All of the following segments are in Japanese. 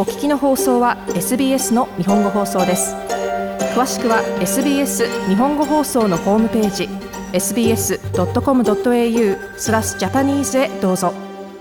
お聞きの放送は SBS の日本語放送です。詳しくは SBS 日本語放送のホームページ sbs.com.au/Japanese へどうぞ。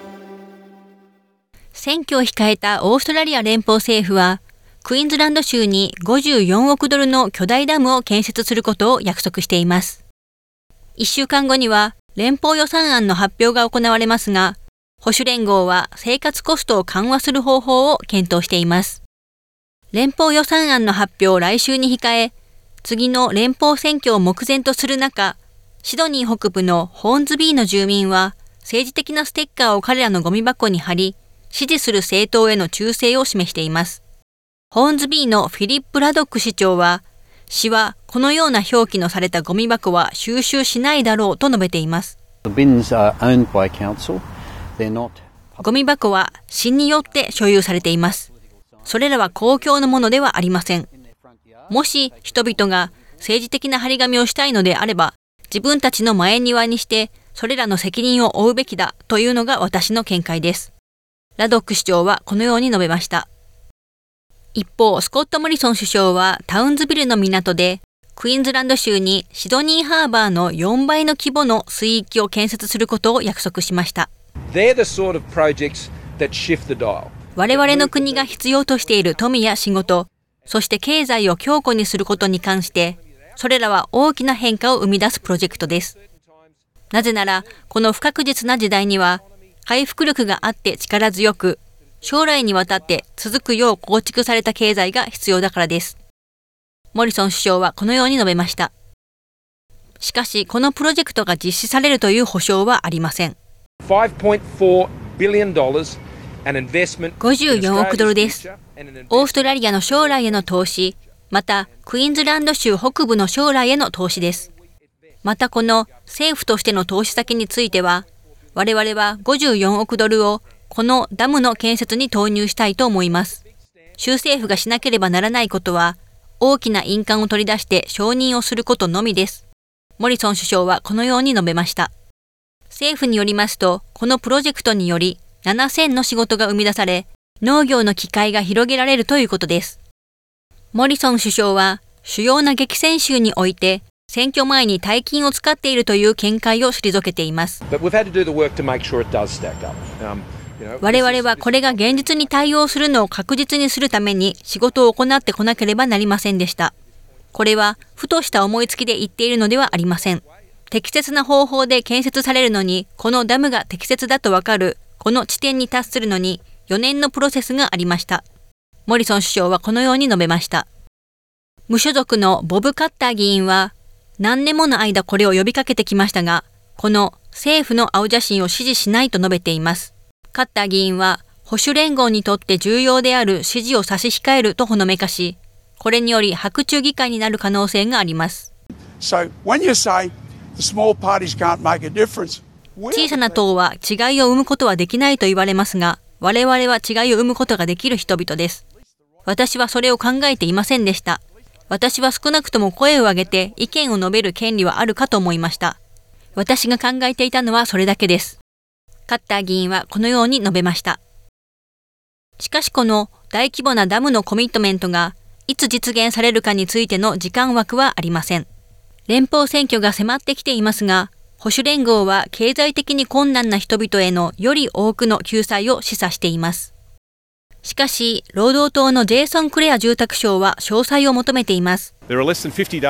選挙を控えたオーストラリア連邦政府は、クイーンズランド州に54億ドルの巨大ダムを建設することを約束しています。1週間後には連邦予算案の発表が行われますが、保守連合は生活コストを緩和する方法を検討しています。連邦予算案の発表を来週に控え、次の連邦選挙を目前とする中、シドニー北部のホーンズビーの住民は政治的なステッカーを彼らのゴミ箱に貼り、支持する政党への忠誠を示しています。ホーンズビーのフィリップ・ラドック市長は、市はこのような表記のされたゴミ箱は収集しないだろうと述べています。ゴミ箱は市によって所有されています。それらは公共のものではありません。もし人々が政治的な張り紙をしたいのであれば、自分たちの前庭にしてそれらの責任を負うべきだというのが私の見解です。ラドック市長はこのように述べました。一方、スコット・モリソン首相はタウンズビルの港でクイーンズランド州にシドニーハーバーの4倍の規模の水域を建設することを約束しました。我々の国が必要としている富や仕事、そして経済を強固にすることに関して、それらは大きな変化を生み出すプロジェクトです。なぜなら、この不確実な時代には、回復力があって力強く、将来にわたって続くよう構築された経済が必要だからです。モリソン首相はこのように述べました。しかし、このプロジェクトが実施されるという保証はありません。54億ドルです。オーストラリアの将来への投資、またクイーンズランド州北部の将来への投資です。またこの政府としての投資先については、我々は54億ドルをこのダムの建設に投入したいと思います。州政府がしなければならないことは、大きな印鑑を取り出して承認をすることのみです。モリソン首相はこのように述べました。政府によりますと、このプロジェクトにより7000の仕事が生み出され、農業の機会が広げられるということです。モリソン首相は、主要な激戦州において、選挙前に大金を使っているという見解を退けています。我々はこれが現実に対応するのを確実にするために仕事を行ってこなければなりませんでした。これは、ふとした思いつきで言っているのではありません。適切な方法で建設されるのに、このダムが適切だとわかる、この地点に達するのに4年のプロセスがありました。モリソン首相はこのように述べました。無所属のボブ・カッター議員は、何年もの間これを呼びかけてきましたが、この政府の青写真を支持しないと述べています。カッター議員は、保守連合にとって重要である支持を差し控えるとほのめかし、これにより白昼議会になる可能性があります。小さな党は違いを生むことはできないと言われますが、我々は違いを生むことができる人々です。私はそれを考えていませんでした。私は少なくとも声を上げて意見を述べる権利はあるかと思いました。私が考えていたのはそれだけです。カッター議員はこのように述べました。しかしこの大規模なダムのコミットメントがいつ実現されるかについての時間枠はありません。連邦選挙が迫ってきていますが、保守連合は経済的に困難な人々へのより多くの救済を示唆しています。しかし、労働党のジェイソン・クレア住宅相は詳細を求めています。オー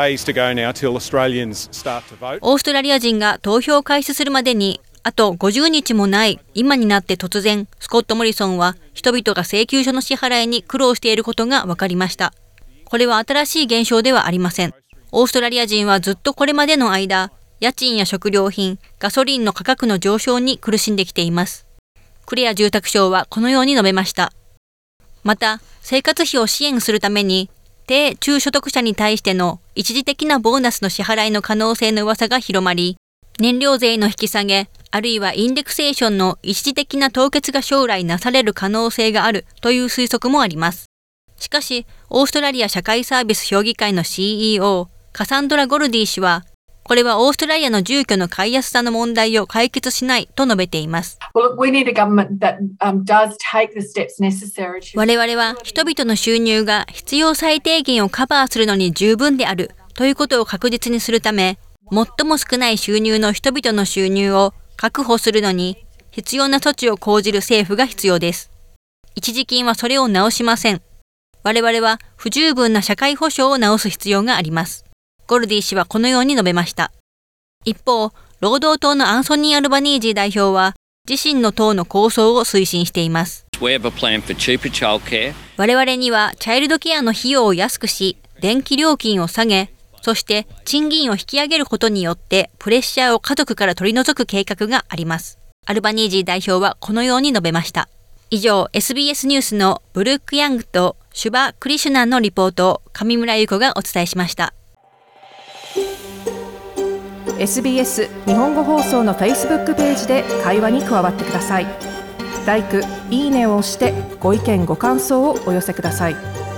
ストラリア人が投票を開始するまでにあと50日もない今になって突然、スコット・モリソンは人々が請求書の支払いに苦労していることが分かりました。これは新しい現象ではありません。オーストラリア人はずっとこれまでの間、家賃や食料品、ガソリンの価格の上昇に苦しんできています。クレア住宅相はこのように述べました。また、生活費を支援するために、低中所得者に対しての一時的なボーナスの支払いの可能性の噂が広まり、燃料税の引き下げ、あるいはインデクセーションの一時的な凍結が将来なされる可能性があるという推測もあります。しかし、オーストラリア社会サービス評議会の CEO、カサンドラ・ゴルディ氏は、 これはオーストラリアの住居の買いやすさの問題を解決しないと述べています。我々は人々の収入が必要最低限をカバーするのに十分であるということを確実にするため、最も少ない収入の人々の収入を確保するのに必要な措置を講じる政府が必要です。一時金はそれを直しません。我々は不十分な社会保障を直す必要があります。ゴルディ氏はこのように述べました。一方、労働党のアンソニー・アルバニージー代表は自身の党の構想を推進しています。我々にはチャイルドケアの費用を安くし、電気料金を下げ、そして賃金を引き上げることによってプレッシャーを家族から取り除く計画があります。アルバニージー代表はこのように述べました。以上、SBS ニュースのブルック・ヤングとシュバ・クリシュナンのリポートを上村優子がお伝えしました。 SBS 日本語放送の Facebook ページで会話に加わってください。LIKE、いいねを押してご意見ご感想をお寄せください。